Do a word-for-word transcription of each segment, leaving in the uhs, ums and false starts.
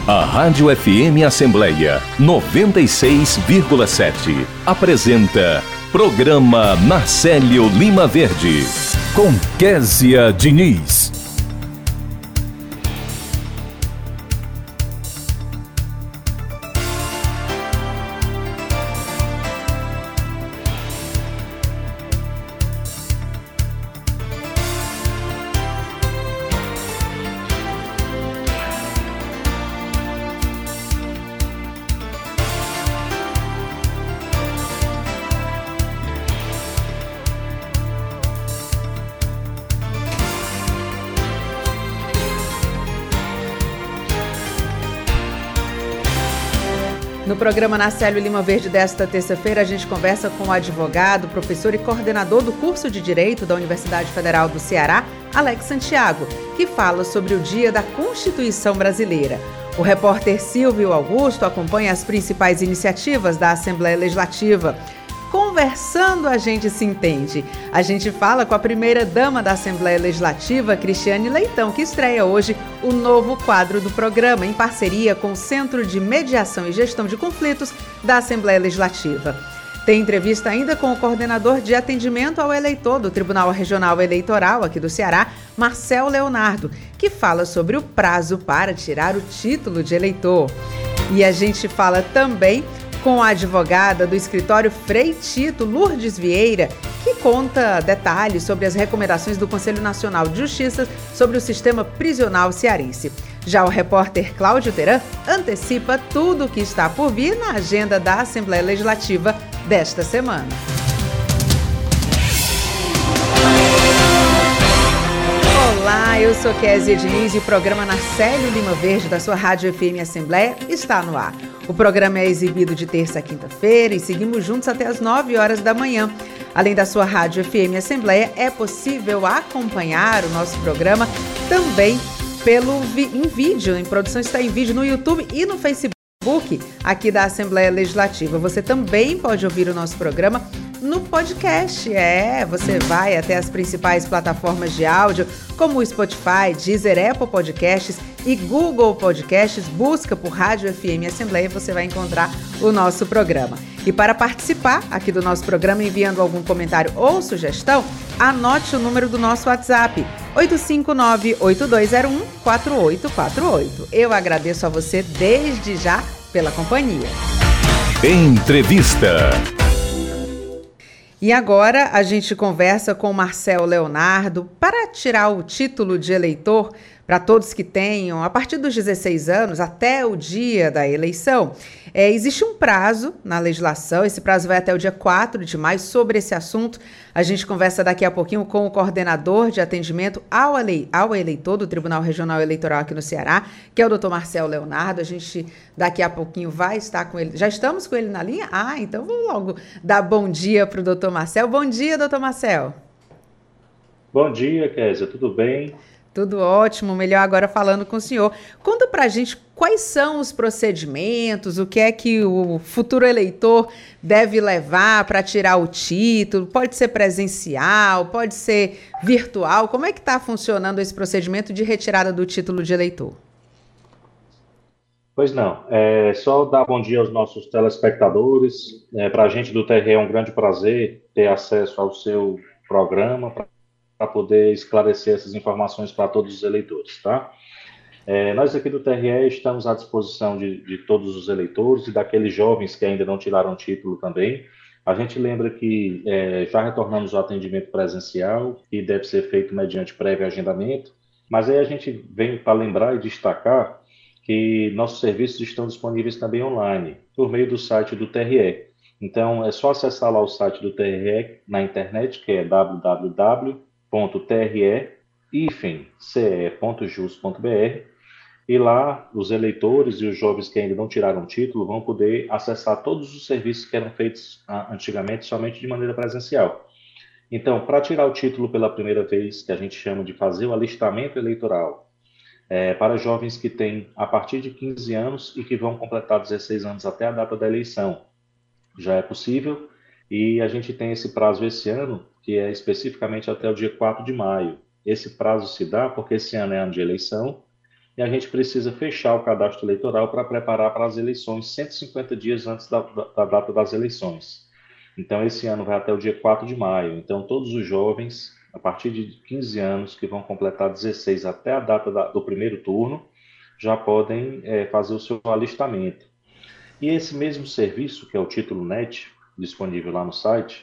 A Rádio F M Assembleia noventa e seis vírgula sete apresenta Programa Marcelo Lima Verde, com Késia Diniz. No programa Marcelo Lima Verde desta terça-feira, a gente conversa com o advogado, professor e coordenador do curso de Direito da Universidade Federal do Ceará, Alex Santiago, que fala sobre o Dia da Constituição Brasileira. O repórter Silvio Augusto acompanha as principais iniciativas da Assembleia Legislativa. Conversando, a gente se entende. A gente fala com a primeira-dama da Assembleia Legislativa, Cristiane Leitão, que estreia hoje o novo quadro do programa, em parceria com o Centro de Mediação e Gestão de Conflitos da Assembleia Legislativa. Tem entrevista ainda com o coordenador de atendimento ao eleitor do Tribunal Regional Eleitoral aqui do Ceará, Marcel Leonardo, que fala sobre o prazo para tirar o título de eleitor. E a gente fala também com a advogada do escritório Frei Tito, Lourdes Vieira, que conta detalhes sobre as recomendações do Conselho Nacional de Justiça sobre o sistema prisional cearense. Já o repórter Cláudio Teran antecipa tudo o que está por vir na agenda da Assembleia Legislativa desta semana. Olá, eu sou Késia Diniz e o programa Marcelo Lima Verde da sua Rádio F M Assembleia está no ar. O programa é exibido de terça a quinta-feira e seguimos juntos até as nove horas da manhã. Além da sua Rádio F M Assembleia, é possível acompanhar o nosso programa também pelo vi- em vídeo. Em produção está em vídeo no YouTube e no Facebook aqui da Assembleia Legislativa. Você também pode ouvir o nosso programa no podcast. É, você vai até as principais plataformas de áudio, como o Spotify, Deezer, Apple Podcasts e Google Podcasts. Busca por Rádio F M Assembleia e você vai encontrar o nosso programa. E para participar aqui do nosso programa, enviando algum comentário ou sugestão, anote o número do nosso WhatsApp, oito cinco nove, oito dois zero um, quatro oito quatro oito. Eu agradeço a você desde já pela companhia. Entrevista. E agora a gente conversa com o Marcel Leonardo para tirar o título de eleitor para todos que tenham, a partir dos dezesseis anos até o dia da eleição. É, existe um prazo na legislação, esse prazo vai até o dia quatro de maio. Sobre esse assunto, a gente conversa daqui a pouquinho com o coordenador de atendimento ao, ele, ao eleitor do Tribunal Regional Eleitoral aqui no Ceará, que é o doutor Marcel Leonardo. A gente daqui a pouquinho vai estar com ele. Já estamos com ele na linha? Ah, então vou logo dar bom dia para o doutor Marcel. Bom dia, doutor Marcel. Bom dia, Késia. Tudo bem? Tudo ótimo, melhor agora falando com o senhor. Conta pra gente quais são os procedimentos, o que é que o futuro eleitor deve levar para tirar o título. Pode ser presencial, pode ser virtual. Como é que está funcionando esse procedimento de retirada do título de eleitor? Pois não, é só dar bom dia aos nossos telespectadores. É, para a gente do T R E é um grande prazer ter acesso ao seu programa, pra para poder esclarecer essas informações para todos os eleitores, tá? É, nós aqui do T R E estamos à disposição de, de todos os eleitores e daqueles jovens que ainda não tiraram título também. A gente lembra que é, já retornamos ao atendimento presencial, que deve ser feito mediante prévio agendamento, mas aí a gente vem para lembrar e destacar que nossos serviços estão disponíveis também online, por meio do site do T R E. Então, é só acessar lá o site do T R E na internet, que é w w w ponto t r e c e ponto jus ponto b r, e lá os eleitores e os jovens que ainda não tiraram título vão poder acessar todos os serviços que eram feitos antigamente somente de maneira presencial. Então, para tirar o título pela primeira vez, que a gente chama de fazer o alistamento eleitoral, é, para jovens que têm a partir de quinze anos e que vão completar dezesseis anos até a data da eleição, já é possível. E a gente tem esse prazo esse ano, que é especificamente até o dia quatro de maio. Esse prazo se dá porque esse ano é ano de eleição e a gente precisa fechar o cadastro eleitoral para preparar para as eleições cento e cinquenta dias antes da, da, da data das eleições. Então, esse ano vai até o dia quatro de maio. Então, todos os jovens, a partir de quinze anos, que vão completar dezesseis até a data da, do primeiro turno, já podem é, fazer o seu alistamento. E esse mesmo serviço, que é o Título Net, disponível lá no site,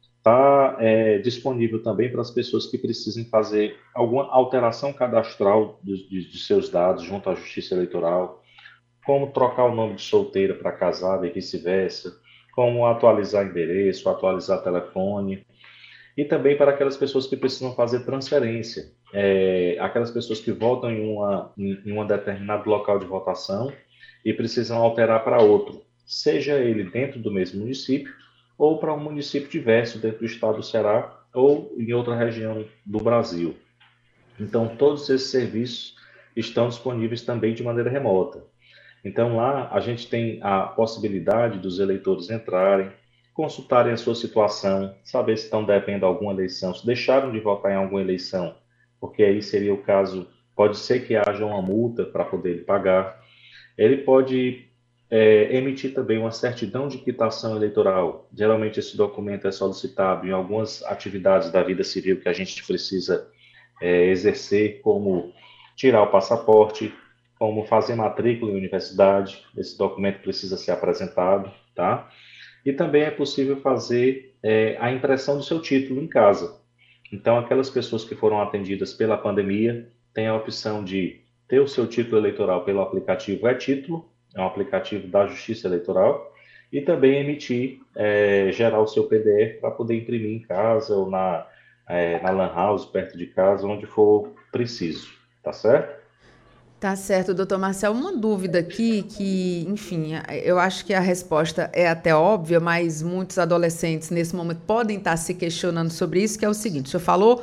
está é, disponível também para as pessoas que precisem fazer alguma alteração cadastral de, de, de seus dados junto à Justiça Eleitoral, como trocar o nome de solteira para casada e vice-versa, como atualizar endereço, atualizar telefone, e também para aquelas pessoas que precisam fazer transferência, é, aquelas pessoas que votam em, uma, em um determinado local de votação e precisam alterar para outro, seja ele dentro do mesmo município ou para um município diverso dentro do estado do Ceará ou em outra região do Brasil. Então, todos esses serviços estão disponíveis também de maneira remota. Então, lá a gente tem a possibilidade dos eleitores entrarem, consultarem a sua situação, saber se estão devendo alguma eleição, se deixaram de votar em alguma eleição, porque aí seria o caso, pode ser que haja uma multa para poder pagar. Ele pode é, emitir também uma certidão de quitação eleitoral. Geralmente esse documento é solicitado em algumas atividades da vida civil que a gente precisa é, exercer, como tirar o passaporte, como fazer matrícula em universidade. Esse documento precisa ser apresentado, tá? E também é possível fazer é, a impressão do seu título em casa. Então, aquelas pessoas que foram atendidas pela pandemia têm a opção de ter o seu título eleitoral pelo aplicativo E-Título, é um aplicativo da Justiça Eleitoral, e também emitir, é, gerar o seu P D F para poder imprimir em casa ou na, é, na Lan House, perto de casa, onde for preciso, tá certo? Tá certo, doutor Marcel. Uma dúvida aqui que, enfim, eu acho que a resposta é até óbvia, mas muitos adolescentes nesse momento podem estar se questionando sobre isso, que é o seguinte: o senhor falou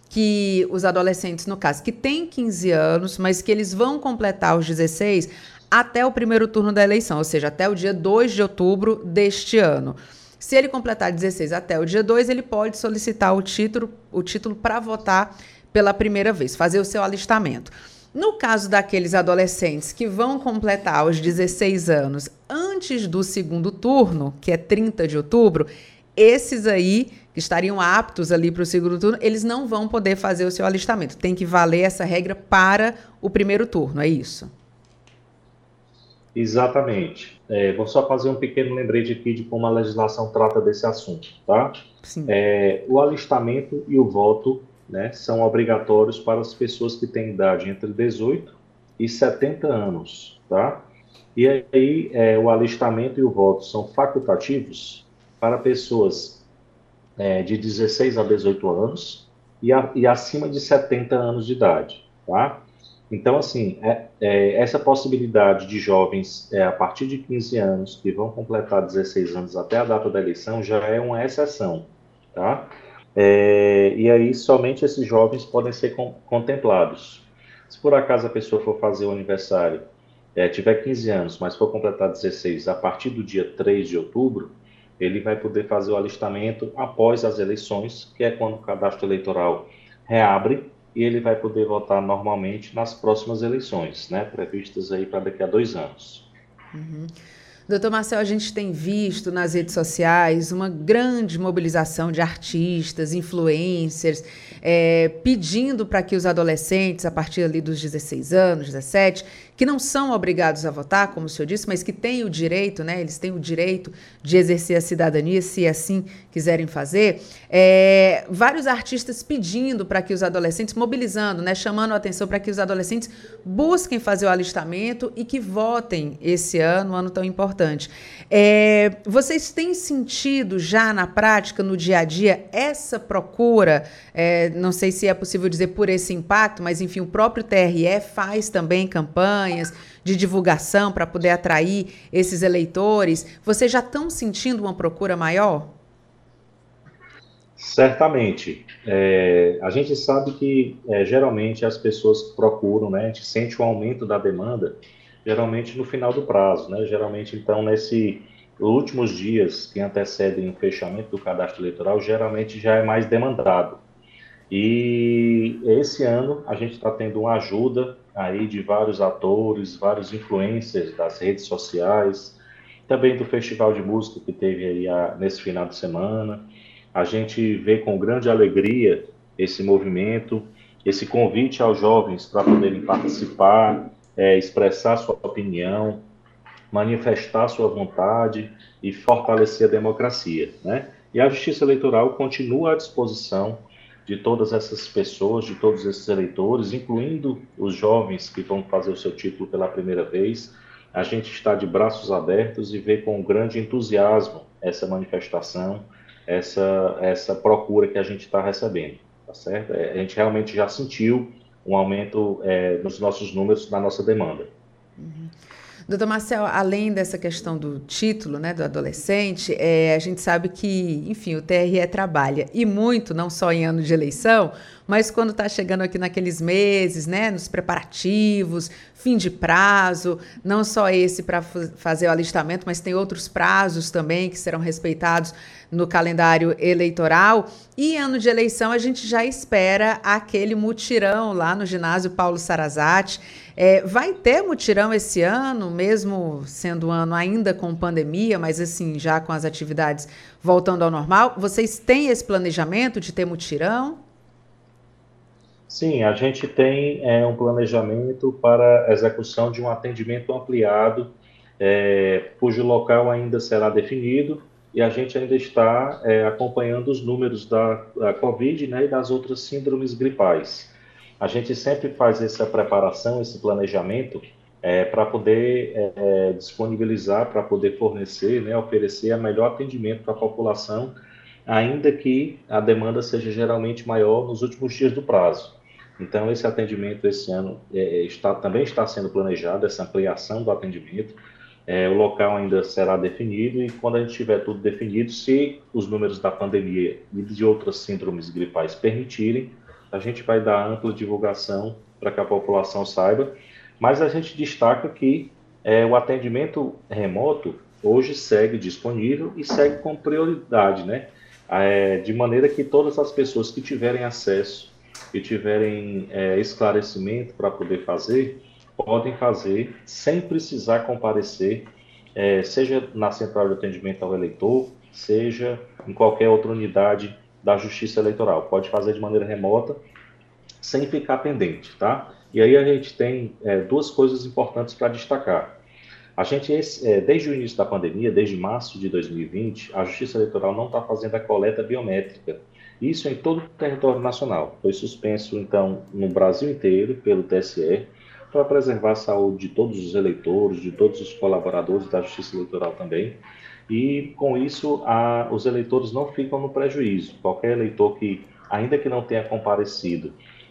que os adolescentes, no caso, que têm quinze anos, mas que eles vão completar os dezesseis até o primeiro turno da eleição, ou seja, até o dia dois de outubro deste ano. Se ele completar dezesseis até o dia dois, ele pode solicitar o título, o título para votar pela primeira vez, fazer o seu alistamento. No caso daqueles adolescentes que vão completar os dezesseis anos antes do segundo turno, que é trinta de outubro, esses aí que estariam aptos ali para o segundo turno, eles não vão poder fazer o seu alistamento. Tem que valer essa regra para o primeiro turno, é isso? Exatamente. É, vou só fazer um pequeno lembrete aqui de como a legislação trata desse assunto, tá? Sim. É, o alistamento e o voto, né, são obrigatórios para as pessoas que têm idade entre dezoito e setenta anos, tá? E aí é, o alistamento e o voto são facultativos para pessoas é, de dezesseis a dezoito anos e, a, e acima de setenta anos de idade, tá? Então, assim, é, é, essa possibilidade de jovens é, a partir de quinze anos que vão completar dezesseis anos até a data da eleição já é uma exceção, tá? É, e aí somente esses jovens podem ser com, contemplados. Se por acaso a pessoa for fazer o aniversário, é, tiver quinze anos, mas for completar dezesseis a partir do dia três de outubro, ele vai poder fazer o alistamento após as eleições, que é quando o cadastro eleitoral reabre, e ele vai poder votar normalmente nas próximas eleições, né, previstas aí para daqui a dois anos. Uhum. Doutor Marcel, a gente tem visto nas redes sociais uma grande mobilização de artistas, influencers, é, pedindo para que os adolescentes, a partir ali dos dezesseis anos, dezessete, que não são obrigados a votar, como o senhor disse, mas que têm o direito, né, eles têm o direito de exercer a cidadania, se assim quiserem fazer, é, vários artistas pedindo para que os adolescentes, mobilizando, né, chamando a atenção para que os adolescentes busquem fazer o alistamento e que votem esse ano, um ano tão importante. É, vocês têm sentido já na prática, no dia a dia, essa procura, é, não sei se é possível dizer por esse impacto, mas enfim, o próprio T R E faz também campanhas de divulgação para poder atrair esses eleitores. Vocês já estão sentindo uma procura maior? Certamente. É, a gente sabe que é, geralmente as pessoas procuram, né, a gente sente um aumento da demanda, geralmente no final do prazo, né? Geralmente, então, nesses últimos dias que antecedem o fechamento do cadastro eleitoral, geralmente já é mais demandado. E esse ano a gente está tendo uma ajuda aí de vários atores, vários influencers das redes sociais, também do Festival de Música que teve aí a, nesse final de semana. A gente vê com grande alegria esse movimento, esse convite aos jovens para poderem participar, é, expressar sua opinião, manifestar sua vontade e fortalecer a democracia, né? E a Justiça Eleitoral continua à disposição de todas essas pessoas, de todos esses eleitores, incluindo os jovens que vão fazer o seu título pela primeira vez. A gente está de braços abertos e vê com grande entusiasmo essa manifestação, essa, essa procura que a gente está recebendo, tá certo? A gente realmente já sentiu um aumento é, nos nossos números, na nossa demanda. Uhum. Doutor Marcel, além dessa questão do título, né, do adolescente, é, a gente sabe que, enfim, o T R E trabalha, e muito, não só em ano de eleição, mas quando está chegando aqui naqueles meses, né, nos preparativos, fim de prazo, não só esse para fazer o alistamento, mas tem outros prazos também que serão respeitados no calendário eleitoral. E ano de eleição a gente já espera aquele mutirão lá no ginásio Paulo Sarazate. É, vai ter mutirão esse ano, mesmo sendo um ano ainda com pandemia, mas assim, já com as atividades voltando ao normal? Vocês têm esse planejamento de ter mutirão? Sim, a gente tem é, um planejamento para a execução de um atendimento ampliado, é, cujo local ainda será definido, e a gente ainda está é, acompanhando os números da, da Covid, né, e das outras síndromes gripais. A gente sempre faz essa preparação, esse planejamento, é, para poder é, disponibilizar, para poder fornecer, né, oferecer o melhor atendimento para a população, ainda que a demanda seja geralmente maior nos últimos dias do prazo. Então, esse atendimento esse ano é, está, também está sendo planejado, essa ampliação do atendimento. É, o local ainda será definido e quando a gente tiver tudo definido, se os números da pandemia e de outras síndromes gripais permitirem, a gente vai dar ampla divulgação para que a população saiba. Mas a gente destaca que é, o atendimento remoto hoje segue disponível e segue com prioridade, né? É, de maneira que todas as pessoas que tiverem acesso, que tiverem é, esclarecimento para poder fazer, podem fazer sem precisar comparecer, é, seja na central de atendimento ao eleitor, seja em qualquer outra unidade da Justiça Eleitoral. Pode fazer de maneira remota, sem ficar pendente, tá? E aí a gente tem é, duas coisas importantes para destacar. A gente, é, desde o início da pandemia, desde março de dois mil e vinte, a Justiça Eleitoral não está fazendo a coleta biométrica. Isso em todo o território nacional. Foi suspenso, então, no Brasil inteiro, pelo T S E, para preservar a saúde de todos os eleitores, de todos os colaboradores da Justiça Eleitoral também. E, com isso, a, os eleitores não ficam no prejuízo. Qualquer eleitor que, ainda que não tenha comparecido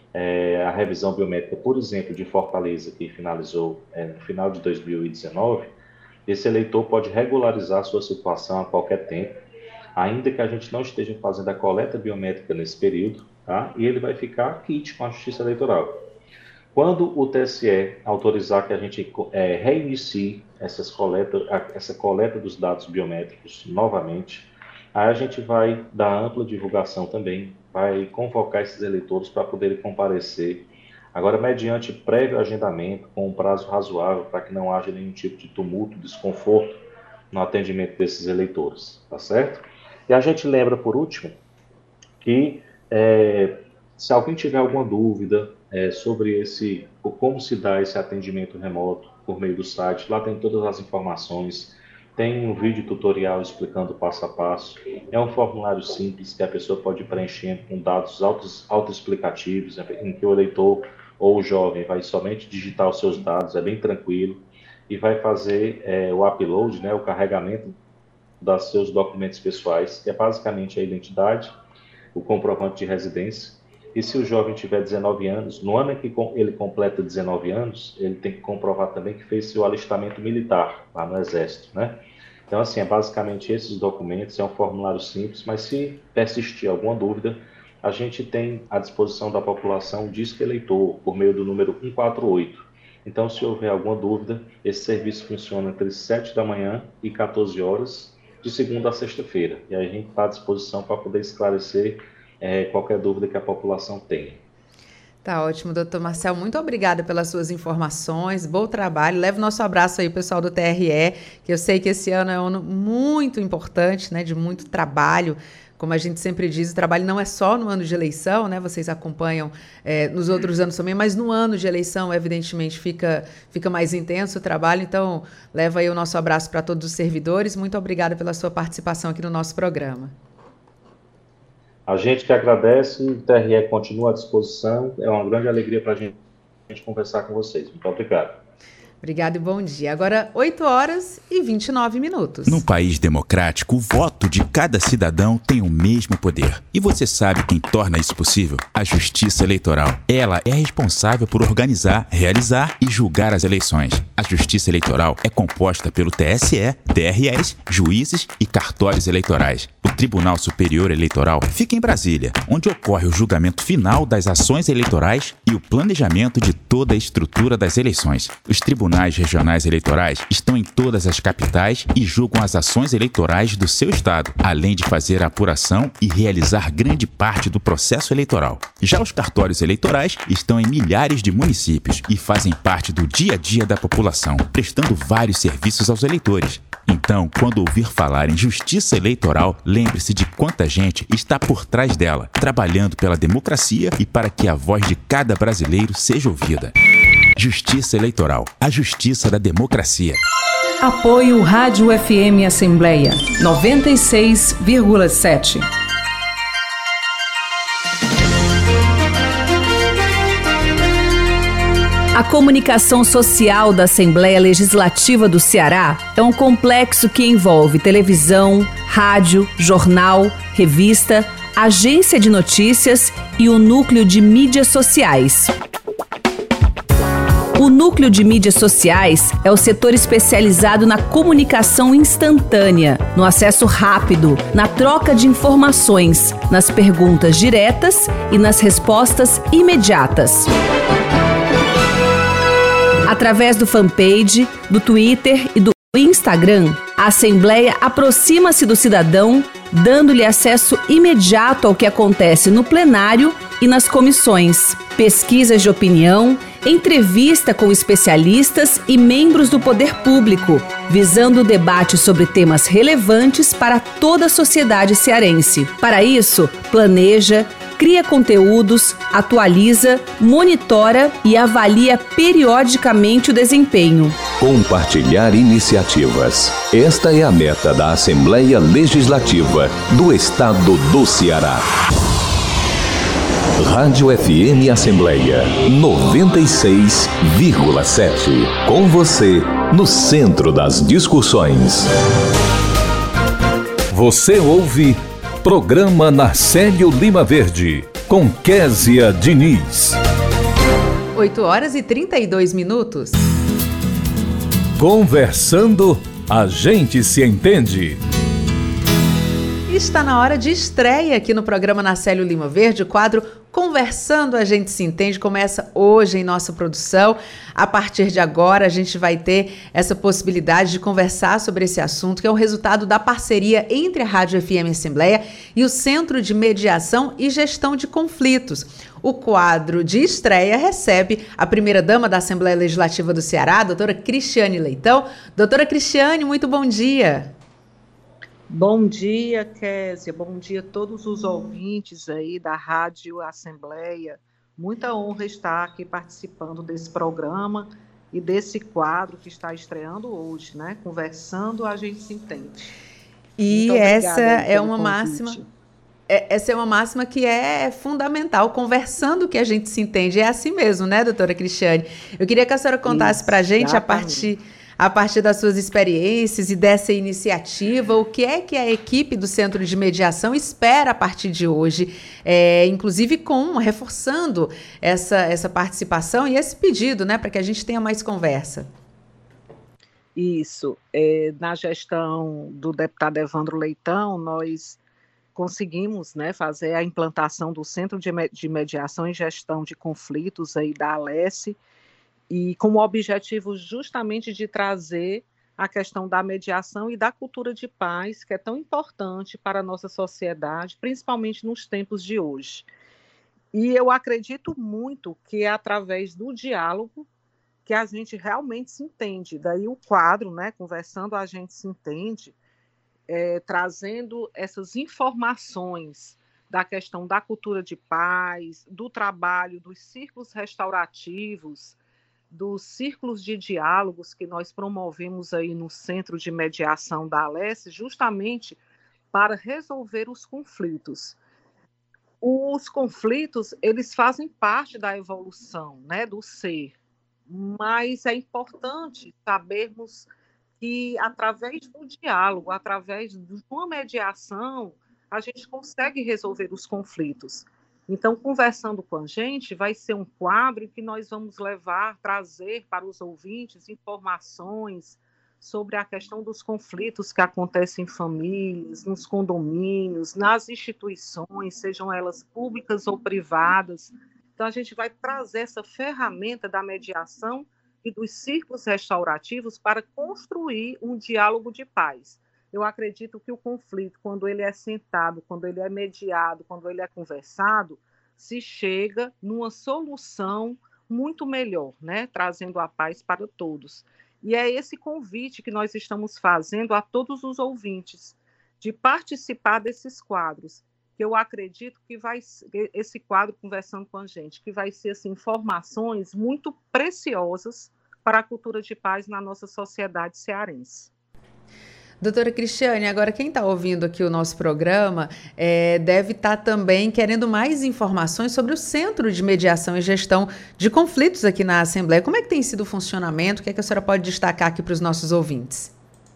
é, a revisão biométrica, por exemplo, de Fortaleza, que finalizou é, no final de dois mil e dezenove, esse eleitor pode regularizar sua situação a qualquer tempo, ainda que a gente não esteja fazendo a coleta biométrica nesse período, tá? E ele vai ficar quite com a Justiça Eleitoral. Quando o T S E autorizar que a gente é, reinicie essas coleta, essa coleta dos dados biométricos novamente, aí a gente vai dar ampla divulgação também, vai convocar esses eleitores para poderem comparecer, agora mediante prévio agendamento, com um prazo razoável, para que não haja nenhum tipo de tumulto, desconforto no atendimento desses eleitores, tá certo? E a gente lembra, por último, que é, se alguém tiver alguma dúvida é, sobre esse, como se dá esse atendimento remoto por meio do site, lá tem todas as informações, tem um vídeo tutorial explicando passo a passo, é um formulário simples que a pessoa pode preencher com dados autos, autoexplicativos, em que o eleitor ou o jovem vai somente digitar os seus dados, é bem tranquilo, e vai fazer é, o upload, né, o carregamento dos seus documentos pessoais, que é basicamente a identidade, o comprovante de residência, e se o jovem tiver dezenove anos, no ano em que ele completa dezenove anos, ele tem que comprovar também que fez seu alistamento militar lá no Exército, né? Então, assim, é basicamente esses documentos, é um formulário simples, mas se persistir alguma dúvida, a gente tem à disposição da população o Disque Eleitor, por meio do número um quatro oito. Então, se houver alguma dúvida, esse serviço funciona entre sete da manhã e quatorze horas, de segunda a sexta-feira. E a gente está à disposição para poder esclarecer é, qualquer dúvida que a população tenha. Tá ótimo, doutor Marcel. Muito obrigada pelas suas informações. Bom trabalho. Leve nosso abraço aí, pessoal do T R E, que eu sei que esse ano é um ano muito importante, né, de muito trabalho. Como a gente sempre diz, o trabalho não é só no ano de eleição, né? Vocês acompanham é, nos outros anos também, mas no ano de eleição, evidentemente, fica, fica mais intenso o trabalho. Então, leva aí o nosso abraço para todos os servidores. Muito obrigada pela sua participação aqui no nosso programa. A gente que agradece, o T R E continua à disposição. É uma grande alegria para a gente conversar com vocês. Muito obrigado. Obrigada e bom dia. Agora, oito horas e vinte e nove minutos. Num país democrático, o voto de cada cidadão tem o mesmo poder. E você sabe quem torna isso possível? A Justiça Eleitoral. Ela é responsável por organizar, realizar e julgar as eleições. A Justiça Eleitoral é composta pelo T S E, T R Es, juízes e cartórios eleitorais. O Tribunal Superior Eleitoral fica em Brasília, onde ocorre o julgamento final das ações eleitorais e o planejamento de toda a estrutura das eleições. Os tribunais regionais eleitorais estão em todas as capitais e julgam as ações eleitorais do seu estado, além de fazer a apuração e realizar grande parte do processo eleitoral. Já os cartórios eleitorais estão em milhares de municípios e fazem parte do dia a dia da população, prestando vários serviços aos eleitores. Então, quando ouvir falar em justiça eleitoral, lembre-se de quanta gente está por trás dela, trabalhando pela democracia e para que a voz de cada brasileiro seja ouvida. Justiça Eleitoral, a justiça da democracia. Apoio Rádio F M Assembleia noventa e seis vírgula sete. A comunicação social da Assembleia Legislativa do Ceará é um complexo que envolve televisão, rádio, jornal, revista, agência de notícias e o núcleo de mídias sociais. O núcleo de mídias sociais é o setor especializado na comunicação instantânea, no acesso rápido, na troca de informações, nas perguntas diretas e nas respostas imediatas. Através do fanpage, do Twitter e do Instagram, a Assembleia aproxima-se do cidadão, dando-lhe acesso imediato ao que acontece no plenário e nas comissões, pesquisas de opinião, entrevista com especialistas e membros do poder público, visando o debate sobre temas relevantes para toda a sociedade cearense. Para isso, planeja, cria conteúdos, atualiza, monitora e avalia periodicamente o desempenho. Compartilhar iniciativas. Esta é a meta da Assembleia Legislativa do Estado do Ceará. Rádio F M Assembleia noventa e seis vírgula sete. Com você, no centro das discussões. Você ouve Programa Narcélio Lima Verde, com Késia Diniz. oito horas e trinta e dois minutos. Conversando, a gente se entende. Está na hora de estreia aqui no programa Narcélio Lima Verde, o quadro Conversando, a gente se entende, começa hoje em nossa produção. A partir de agora, a gente vai ter essa possibilidade de conversar sobre esse assunto, que é o resultado da parceria entre a Rádio F M Assembleia e o Centro de Mediação e Gestão de Conflitos. O quadro de estreia recebe a primeira-dama da Assembleia Legislativa do Ceará, a doutora Cristiane Leitão. Doutora Cristiane, muito bom dia. Bom dia, Késia. Bom dia a todos os ouvintes aí da Rádio Assembleia. Muita honra estar aqui participando desse programa e desse quadro que está estreando hoje, né? Conversando, a gente se entende. E essa é uma máxima, é, essa é uma máxima que é fundamental. Conversando que a gente se entende. É assim mesmo, né, doutora Cristiane? Eu queria que a senhora contasse para a gente, a partir... a partir das suas experiências e dessa iniciativa, o que é que a equipe do Centro de Mediação espera a partir de hoje, é, inclusive com, reforçando essa, essa participação e esse pedido, né, para que a gente tenha mais conversa. Isso. É, na gestão do deputado Evandro Leitão, nós conseguimos, né, fazer a implantação do Centro de, de Mediação e Gestão de Conflitos aí da Alesse, e com o objetivo justamente de trazer a questão da mediação e da cultura de paz, que é tão importante para a nossa sociedade, principalmente nos tempos de hoje. E eu acredito muito que é através do diálogo que a gente realmente se entende. Daí o quadro, né, Conversando a Gente Se Entende, é, trazendo essas informações da questão da cultura de paz, do trabalho, dos círculos restaurativos, dos círculos de diálogos que nós promovemos aí no Centro de Mediação da Alesse, justamente para resolver os conflitos. Os conflitos, eles fazem parte da evolução, né, do ser, mas é importante sabermos que, através do diálogo, através de uma mediação, a gente consegue resolver os conflitos. Então, Conversando com a Gente vai ser um quadro que nós vamos levar, trazer para os ouvintes informações sobre a questão dos conflitos que acontecem em famílias, nos condomínios, nas instituições, sejam elas públicas ou privadas. Então, a gente vai trazer essa ferramenta da mediação e dos círculos restaurativos para construir um diálogo de paz. Eu acredito que o conflito, quando ele é sentado, quando ele é mediado, quando ele é conversado, se chega numa solução muito melhor, né? Trazendo a paz para todos. E é esse convite que nós estamos fazendo a todos os ouvintes, de participar desses quadros, que eu acredito que vai esse quadro Conversando com a Gente, que vai ser assim, informações muito preciosas para a cultura de paz na nossa sociedade cearense. Doutora Cristiane, agora quem está ouvindo aqui o nosso programa é, deve estar tá também querendo mais informações sobre o Centro de Mediação e Gestão de Conflitos aqui na Assembleia. Como é que tem sido o funcionamento? O que é que a senhora pode destacar aqui para os nossos ouvintes?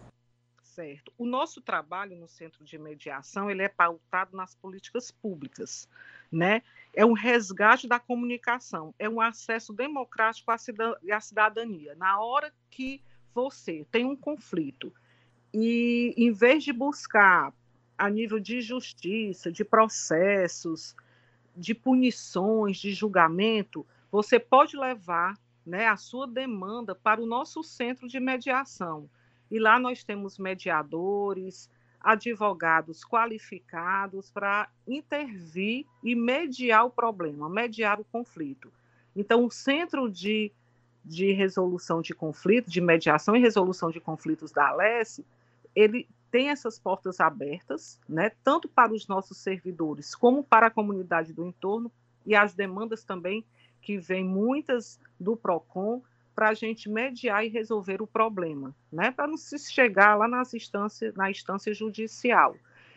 Certo. O nosso trabalho no Centro de Mediação ele é pautado nas políticas públicas, né? É um resgate da comunicação, é um acesso democrático à cidadania. Na hora que você tem um conflito, e, em vez de buscar a nível de justiça, de processos, de punições, de julgamento, você pode levar, né, a sua demanda para o nosso centro de mediação. E lá nós temos mediadores, advogados qualificados para intervir e mediar o problema, mediar o conflito. Então, o Centro de, de Resolução de Conflitos, de Mediação e Resolução de Conflitos da Alesse, ele tem essas portas abertas, né, tanto para os nossos servidores como para a comunidade do entorno, e as demandas também que vêm muitas do PROCON para a gente mediar e resolver o problema, né, para não se chegar lá nas instâncias, na instância judicial.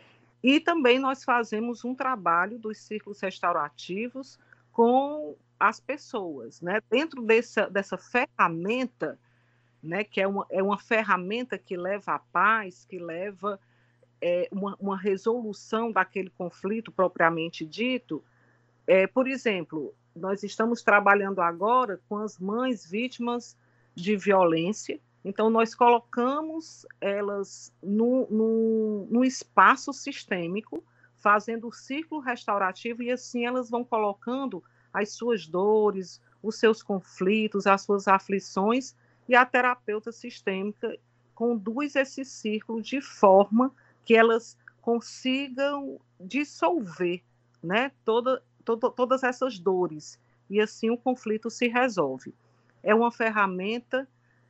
E também nós fazemos um trabalho dos círculos restaurativos com as pessoas, né, dentro dessa, dessa ferramenta, né, que é uma, é uma ferramenta que leva à paz, que leva é, uma, uma resolução daquele conflito propriamente dito. É, por exemplo, nós estamos trabalhando agora com as mães vítimas de violência, então nós colocamos elas no, no, no espaço sistêmico, fazendo o círculo restaurativo, e assim elas vão colocando as suas dores, os seus conflitos, as suas aflições, e a terapeuta sistêmica conduz esse círculo de forma que elas consigam dissolver, né, toda, toda, todas essas dores, e assim o conflito se resolve. É uma ferramenta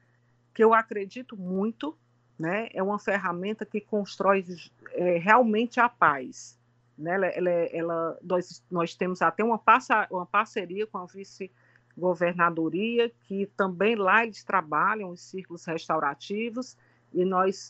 que eu acredito muito, né, é uma ferramenta que constrói é, realmente a paz. Né, ela, ela, ela, nós, nós temos até uma, parça, uma parceria com a vice governadoria, que também lá eles trabalham os círculos restaurativos, e nós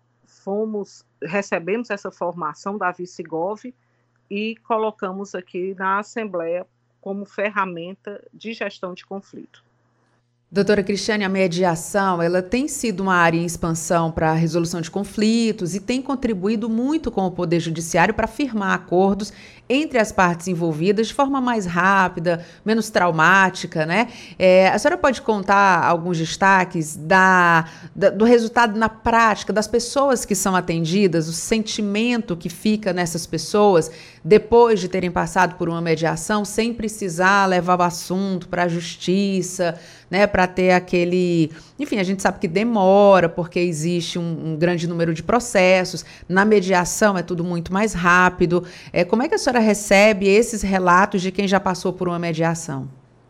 fomos, recebemos essa formação da Vicegov e colocamos aqui na Assembleia como ferramenta de gestão de conflito. Doutora Cristiane, a mediação, ela tem sido uma área em expansão para a resolução de conflitos e tem contribuído muito com o Poder Judiciário para firmar acordos entre as partes envolvidas de forma mais rápida, menos traumática, né? É, a senhora pode contar alguns destaques da, da, do resultado na prática das pessoas que são atendidas, o sentimento que fica nessas pessoas depois de terem passado por uma mediação, sem precisar levar o assunto para a justiça, né, para para ter aquele... Enfim, a gente sabe que demora, porque existe um, um grande número de processos. Na mediação é tudo muito mais rápido. É, como é que a senhora recebe esses relatos de quem já passou por uma mediação?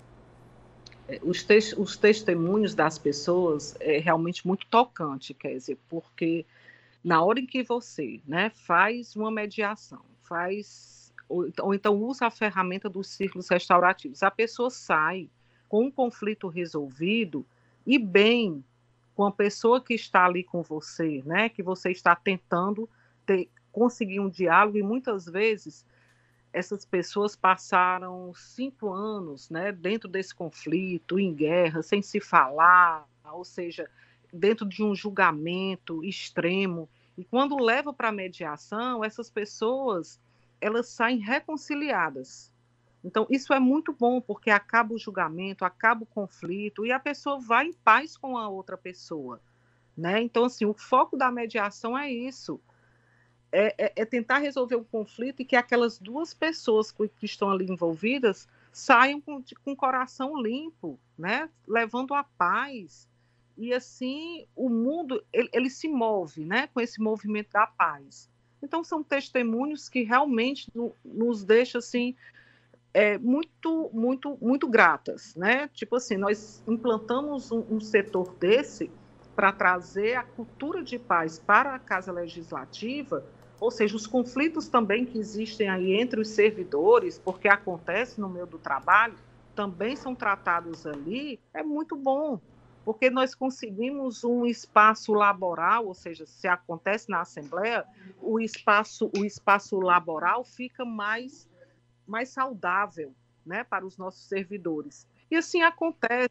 Os, te- os testemunhos das pessoas é realmente muito tocante, quer dizer, porque na hora em que você, né, faz uma mediação, faz, ou, ou então usa a ferramenta dos círculos restaurativos, a pessoa sai com um conflito resolvido e bem com a pessoa que está ali com você, né, que você está tentando ter, conseguir um diálogo, e muitas vezes essas pessoas passaram cinco anos, né, dentro desse conflito, em guerra, sem se falar, ou seja, dentro de um julgamento extremo. E quando leva para a mediação, essas pessoas, elas saem reconciliadas. Então, isso é muito bom, porque acaba o julgamento, acaba o conflito, e a pessoa vai em paz com a outra pessoa, né? Então, assim, o foco da mediação é isso. É, é, é tentar resolver o conflito e que aquelas duas pessoas que, que estão ali envolvidas saiam com, de, com o coração limpo, né? Levando a paz. E assim, o mundo, ele, ele se move, né? Com esse movimento da paz. Então, são testemunhos que realmente no, nos deixam, assim, é, muito, muito, muito gratas, né? Tipo assim, nós implantamos um, um setor desse para trazer a cultura de paz para a Casa Legislativa, ou seja, os conflitos também que existem aí entre os servidores, porque acontece no meio do trabalho, também são tratados ali, é muito bom, porque nós conseguimos um espaço laboral, ou seja, se acontece na Assembleia, o espaço, o espaço laboral fica mais, mais saudável, né, para os nossos servidores. E assim acontece.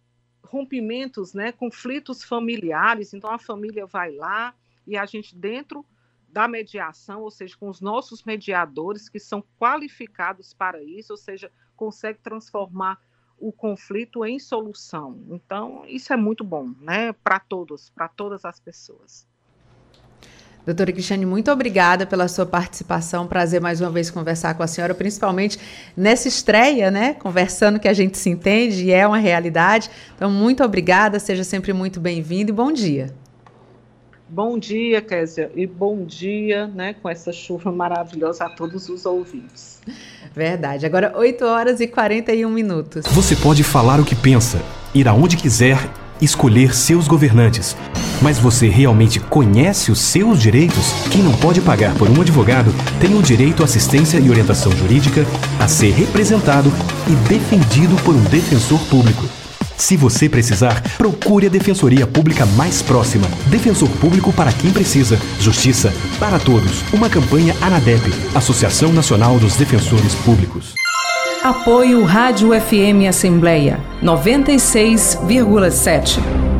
Rompimentos, né, conflitos familiares, então a família vai lá e a gente dentro da mediação, ou seja, com os nossos mediadores que são qualificados para isso, ou seja, consegue transformar o conflito em solução. Então, isso é muito bom, né, para todos, para todas as pessoas. Doutora Cristiane, muito obrigada pela sua participação. Prazer mais uma vez conversar com a senhora, principalmente nessa estreia, né? Conversando que a gente se entende e é uma realidade. Então, muito obrigada, seja sempre muito bem-vindo e bom dia. Bom dia, Kézia, e bom dia, né, com essa chuva maravilhosa a todos os ouvintes. Verdade. Agora, oito horas e quarenta e um minutos. Você pode falar o que pensa, ir aonde quiser, escolher seus governantes. Mas você realmente conhece os seus direitos? Quem não pode pagar por um advogado tem o direito à assistência e orientação jurídica, a ser representado e defendido por um defensor público. Se você precisar, procure a Defensoria Pública mais próxima. Defensor Público para quem precisa. Justiça para todos. Uma campanha ANADEP, Associação Nacional dos Defensores Públicos. Apoio Rádio F M Assembleia noventa e seis vírgula sete.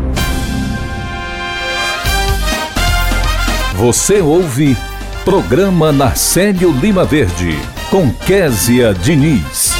Você ouve Programa Narcélio Lima Verde, com Kézia Diniz.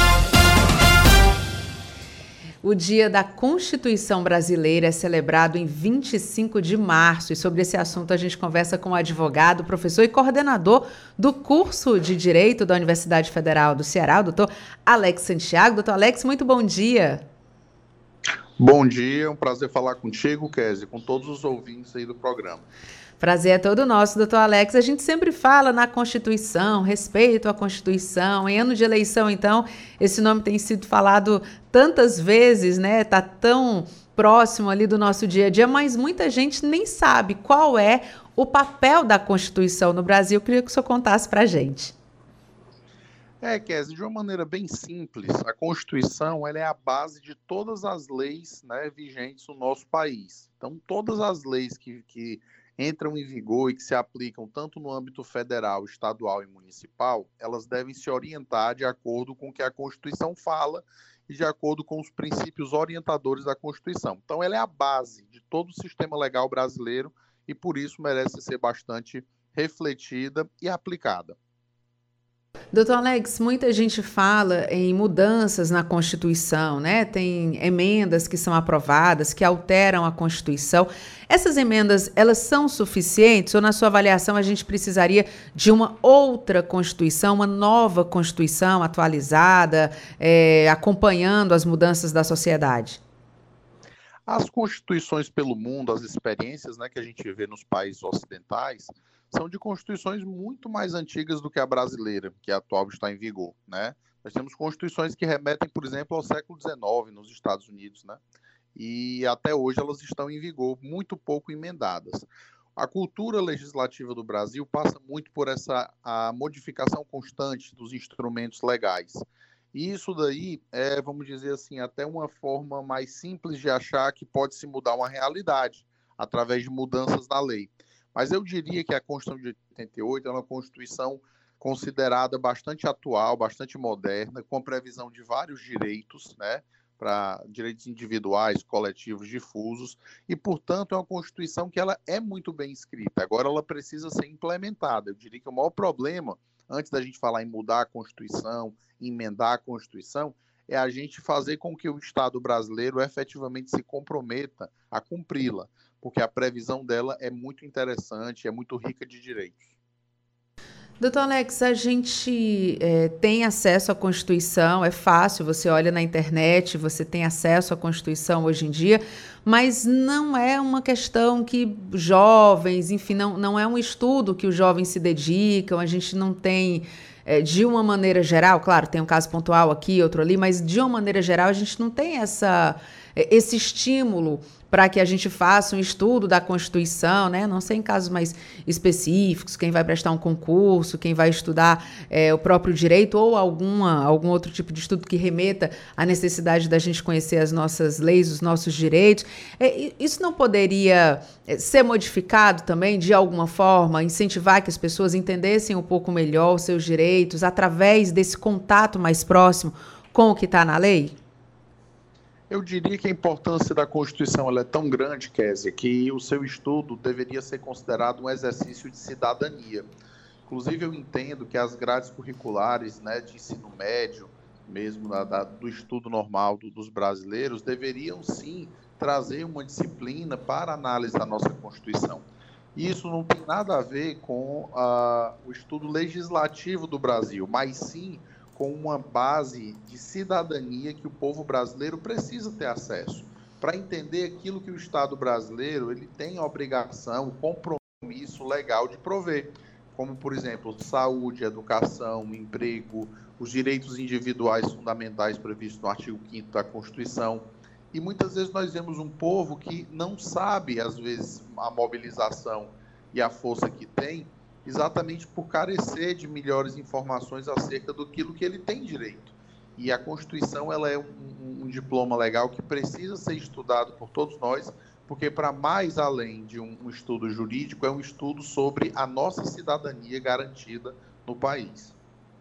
O Dia da Constituição Brasileira é celebrado em vinte e cinco de março e sobre esse assunto a gente conversa com o advogado, professor e coordenador do curso de Direito da Universidade Federal do Ceará, o doutor Alex Santiago. Doutor Alex, muito bom dia. Bom dia, é um prazer falar contigo, Kézia, com todos os ouvintes aí do programa. Prazer é todo nosso, doutor Alex. A gente sempre fala na Constituição, respeito à Constituição. Em ano de eleição, então, esse nome tem sido falado tantas vezes, né? Está tão próximo ali do nosso dia a dia, mas muita gente nem sabe qual é o papel da Constituição no Brasil. Eu queria que o senhor contasse para a gente. É, Kézia, de uma maneira bem simples, a Constituição ela é a base de todas as leis, né, vigentes no nosso país. Então, todas as leis que... que entram em vigor e que se aplicam tanto no âmbito federal, estadual e municipal, elas devem se orientar de acordo com o que a Constituição fala e de acordo com os princípios orientadores da Constituição. Então, ela é a base de todo o sistema legal brasileiro e, por isso, merece ser bastante refletida e aplicada. Doutor Alex, muita gente fala em mudanças na Constituição, né? Tem emendas que são aprovadas, que alteram a Constituição. Essas emendas, elas são suficientes ou, na sua avaliação, a gente precisaria de uma outra Constituição, uma nova Constituição atualizada, é, acompanhando as mudanças da sociedade? As constituições pelo mundo, as experiências, né, que a gente vê nos países ocidentais, são de constituições muito mais antigas do que a brasileira, que a atual está em vigor, né? Nós temos constituições que remetem, por exemplo, ao século dezenove nos Estados Unidos, né? E até hoje elas estão em vigor, muito pouco emendadas. A cultura legislativa do Brasil passa muito por essa a modificação constante dos instrumentos legais. E isso daí é, vamos dizer assim, até uma forma mais simples de achar que pode se mudar uma realidade através de mudanças na lei. Mas eu diria que a Constituição de oitenta e oito é uma Constituição considerada bastante atual, bastante moderna, com previsão de vários direitos, né, para direitos individuais, coletivos, difusos, e, portanto, é uma Constituição que ela é muito bem escrita. Agora ela precisa ser implementada. Eu diria que o maior problema, antes da gente falar em mudar a Constituição, emendar a Constituição, é a gente fazer com que o Estado brasileiro efetivamente se comprometa a cumpri-la, porque a previsão dela é muito interessante, é muito rica de direitos. Doutor Alex, a gente é, tem acesso à Constituição, é fácil, você olha na internet, você tem acesso à Constituição hoje em dia, mas não é uma questão que jovens, enfim, não, não é um estudo que os jovens se dedicam, a gente não tem, é, de uma maneira geral, claro, tem um caso pontual aqui, outro ali, mas de uma maneira geral a gente não tem essa, esse estímulo para que a gente faça um estudo da Constituição, né? Não sei em casos mais específicos, quem vai prestar um concurso, quem vai estudar é, o próprio direito ou alguma, algum outro tipo de estudo que remeta à necessidade da gente conhecer as nossas leis, os nossos direitos. É, isso não poderia ser modificado também, de alguma forma, incentivar que as pessoas entendessem um pouco melhor os seus direitos através desse contato mais próximo com o que está na lei? Eu diria que a importância da Constituição ela é tão grande, Kézia, que o seu estudo deveria ser considerado um exercício de cidadania. Inclusive, eu entendo que as grades curriculares, né, de ensino médio, mesmo da, da, do estudo normal do, dos brasileiros, deveriam, sim, trazer uma disciplina para análise da nossa Constituição. E isso não tem nada a ver com uh, o estudo legislativo do Brasil, mas sim com uma base de cidadania que o povo brasileiro precisa ter acesso, para entender aquilo que o Estado brasileiro ele tem a obrigação, o compromisso legal de prover, como, por exemplo, saúde, educação, emprego, os direitos individuais fundamentais previstos no artigo quinto da Constituição. E muitas vezes nós vemos um povo que não sabe, às vezes, a mobilização e a força que tem, exatamente por carecer de melhores informações acerca do que ele tem direito. E a Constituição ela é um, um, um diploma legal que precisa ser estudado por todos nós, porque para mais além de um, um estudo jurídico, é um estudo sobre a nossa cidadania garantida no país.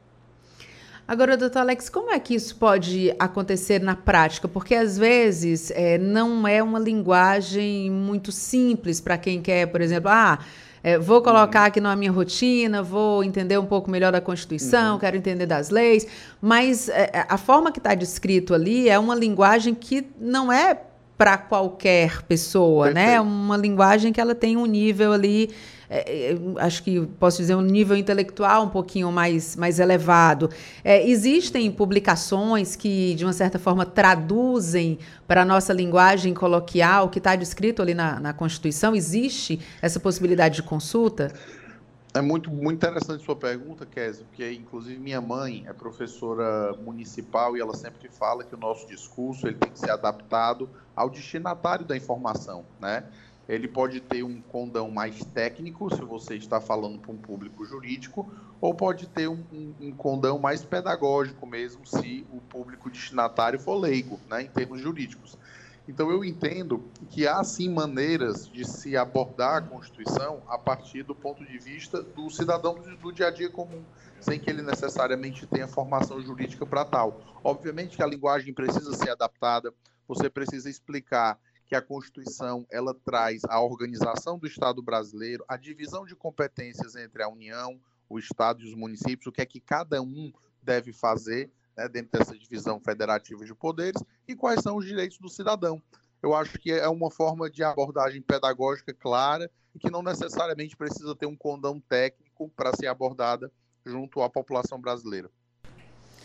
Agora, doutor Alex, como é que isso pode acontecer na prática? Porque, às vezes, é, não é uma linguagem muito simples para quem quer, por exemplo, ah, É, vou colocar aqui na minha rotina, vou entender um pouco melhor da Constituição, uhum. quero entender das leis, mas é, a forma que está descrito ali é uma linguagem que não é para qualquer pessoa, Perfeito. né? É uma linguagem que ela tem um nível ali, é, acho que posso dizer um nível intelectual um pouquinho mais, mais elevado. É, existem publicações que, de uma certa forma, traduzem para a nossa linguagem coloquial o que está descrito ali na, na Constituição? Existe essa possibilidade de consulta? É muito, muito interessante sua pergunta, Kézia, porque, inclusive, minha mãe é professora municipal e ela sempre fala que o nosso discurso ele tem que ser adaptado ao destinatário da informação, né? Ele pode ter um condão mais técnico, se você está falando para um público jurídico, ou pode ter um, um, um condão mais pedagógico mesmo, se o público destinatário for leigo, né, em termos jurídicos. Então, eu entendo que há, sim, maneiras de se abordar a Constituição a partir do ponto de vista do cidadão do, do dia a dia comum, sem que ele necessariamente tenha formação jurídica para tal. Obviamente que a linguagem precisa ser adaptada, você precisa explicar que a Constituição ela traz a organização do Estado brasileiro, a divisão de competências entre a União, o Estado e os municípios, o que é que cada um deve fazer, né, dentro dessa divisão federativa de poderes, e quais são os direitos do cidadão. Eu acho que é uma forma de abordagem pedagógica clara e que não necessariamente precisa ter um condão técnico para ser abordada junto à população brasileira.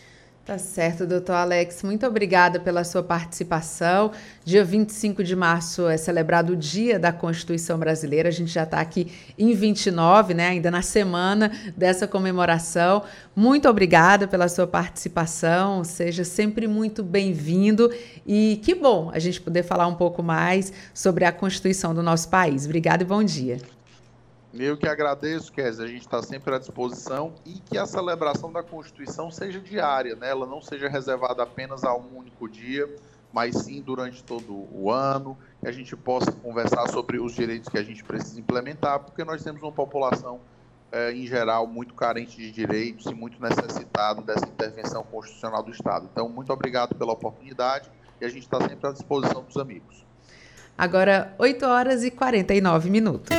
Tá certo, doutor Alex. Muito obrigada pela sua participação. Dia vinte e cinco de março é celebrado o Dia da Constituição Brasileira. A gente já está aqui em vinte e nove, né? Ainda na semana dessa comemoração. Muito obrigada pela sua participação. Seja sempre muito bem-vindo. E que bom a gente poder falar um pouco mais sobre a Constituição do nosso país. Obrigada e bom dia. Eu que agradeço, Kézia, a gente está sempre à disposição e que a celebração da Constituição seja diária, né? Ela não seja reservada apenas a um único dia, mas sim durante todo o ano, que a gente possa conversar sobre os direitos que a gente precisa implementar, porque nós temos uma população, eh, em geral, muito carente de direitos e muito necessitada dessa intervenção constitucional do Estado. Então, muito obrigado pela oportunidade e a gente está sempre à disposição dos amigos. Agora, oito horas e quarenta e nove minutos.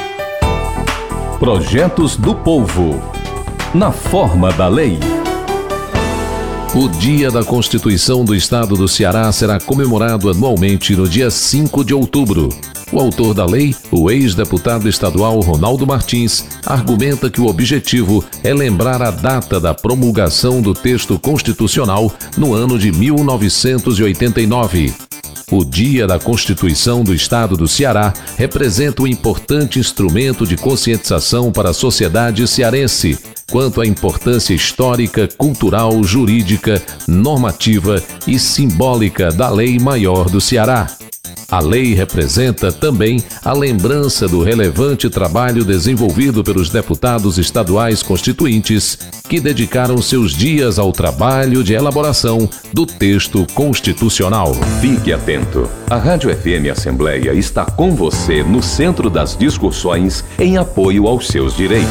Projetos do Povo. Na forma da lei. O Dia da Constituição do Estado do Ceará será comemorado anualmente no dia cinco de outubro. O autor da lei, o ex-deputado estadual Ronaldo Martins, argumenta que o objetivo é lembrar a data da promulgação do texto constitucional no ano de mil novecentos e oitenta e nove. O Dia da Constituição do Estado do Ceará representa um importante instrumento de conscientização para a sociedade cearense quanto à importância histórica, cultural, jurídica, normativa e simbólica da Lei Maior do Ceará. A lei representa também a lembrança do relevante trabalho desenvolvido pelos deputados estaduais constituintes que dedicaram seus dias ao trabalho de elaboração do texto constitucional. Fique atento. A Rádio F M Assembleia está com você no centro das discussões em apoio aos seus direitos.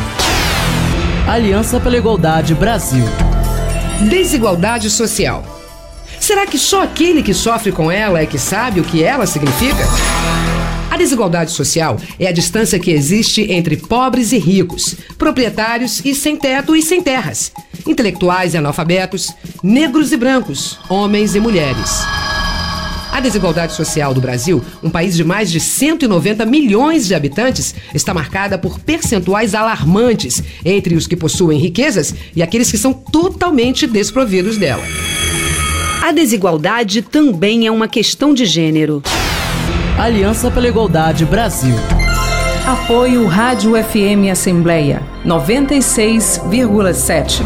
Aliança pela Igualdade Brasil. Desigualdade social. Será que só aquele que sofre com ela é que sabe o que ela significa? A desigualdade social é a distância que existe entre pobres e ricos, proprietários e sem teto e sem terras, intelectuais e analfabetos, negros e brancos, homens e mulheres. A desigualdade social do Brasil, um país de mais de cento e noventa milhões de habitantes, está marcada por percentuais alarmantes entre os que possuem riquezas e aqueles que são totalmente desprovidos dela. A desigualdade também é uma questão de gênero. Aliança pela Igualdade Brasil. Apoio Rádio F M Assembleia noventa e seis vírgula sete.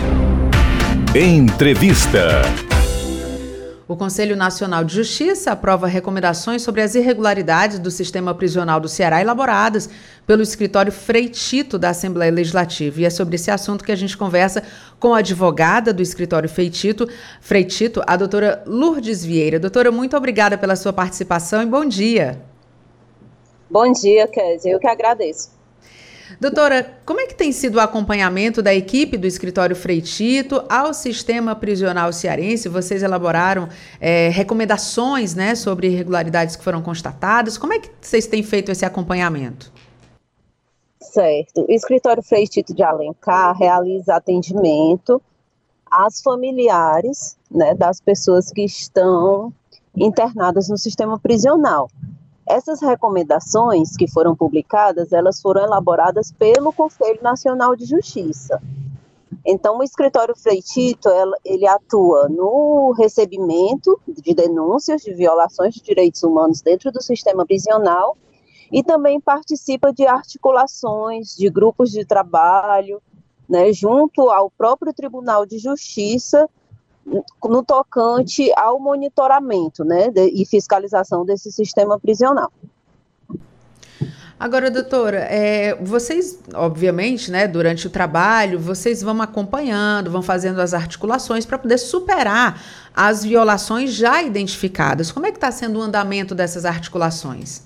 Entrevista. O Conselho Nacional de Justiça aprova recomendações sobre as irregularidades do sistema prisional do Ceará elaboradas pelo escritório Frei Tito da Assembleia Legislativa. E é sobre esse assunto que a gente conversa com a advogada do escritório Frei Tito, Frei Tito, a doutora Lourdes Vieira. Doutora, muito obrigada pela sua participação e bom dia. Bom dia, Kézia. Eu que agradeço. Doutora, como é que tem sido o acompanhamento da equipe do escritório Frei Tito ao sistema prisional cearense? Vocês elaboraram é, recomendações, né, sobre irregularidades que foram constatadas. Como é que vocês têm feito esse acompanhamento? Certo. O escritório Frei Tito de Alencar realiza atendimento às familiares, né, das pessoas que estão internadas no sistema prisional. Essas recomendações que foram publicadas, elas foram elaboradas pelo Conselho Nacional de Justiça. Então, o escritório Frei Tito, ele atua no recebimento de denúncias de violações de direitos humanos dentro do sistema prisional e também participa de articulações de grupos de trabalho, né, junto ao próprio Tribunal de Justiça, no tocante ao monitoramento, né, de, e fiscalização desse sistema prisional. Agora, doutora, é, vocês, obviamente, né, durante o trabalho, vocês vão acompanhando, vão fazendo as articulações para poder superar as violações já identificadas. Como é que está sendo o andamento dessas articulações?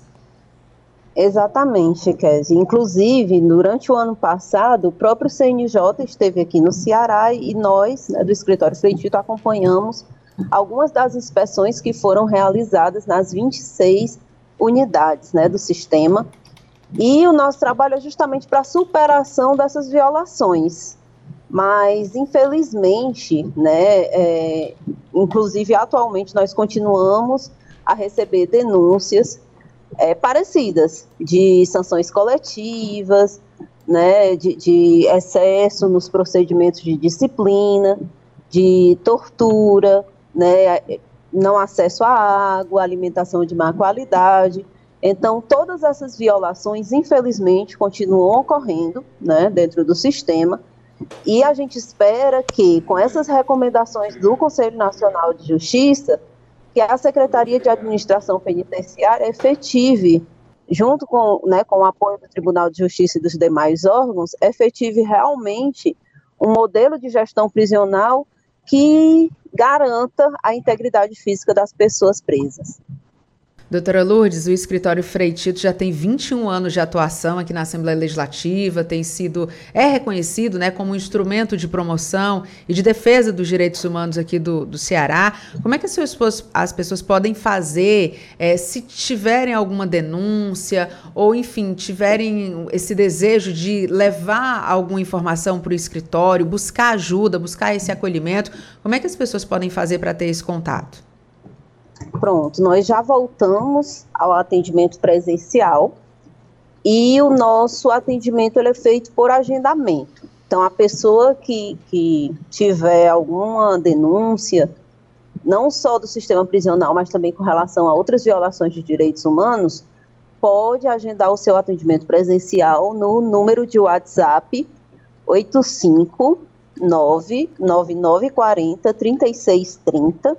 Exatamente, Kézia. Inclusive, durante o ano passado, o próprio C N J esteve aqui no Ceará e nós, né, do escritório Frei Tito, acompanhamos algumas das inspeções que foram realizadas nas vinte e seis unidades, né, do sistema. E o nosso trabalho é justamente para a superação dessas violações. Mas, infelizmente, né, é, inclusive atualmente nós continuamos a receber denúncias É, parecidas, de sanções coletivas, né, de, de excesso nos procedimentos de disciplina, de tortura, né, não acesso à água, alimentação de má qualidade. Então, todas essas violações, infelizmente, continuam ocorrendo, né, dentro do sistema, e a gente espera que, com essas recomendações do Conselho Nacional de Justiça, que a Secretaria de Administração Penitenciária efetive, junto com, né, com o apoio do Tribunal de Justiça e dos demais órgãos, efetive realmente um modelo de gestão prisional que garanta a integridade física das pessoas presas. Doutora Lourdes, o escritório Frei Tito já tem vinte e um anos de atuação aqui na Assembleia Legislativa, tem sido, é reconhecido, né, como um instrumento de promoção e de defesa dos direitos humanos aqui do, do Ceará. Como é que as pessoas, as pessoas podem fazer, é, se tiverem alguma denúncia ou, enfim, tiverem esse desejo de levar alguma informação para o escritório, buscar ajuda, buscar esse acolhimento, como é que as pessoas podem fazer para ter esse contato? Pronto, nós já voltamos ao atendimento presencial e o nosso atendimento ele é feito por agendamento. Então, a pessoa que, que tiver alguma denúncia, não só do sistema prisional, mas também com relação a outras violações de direitos humanos, pode agendar o seu atendimento presencial no número de WhatsApp oito cinco nove nove nove quatro zero três seis três zero,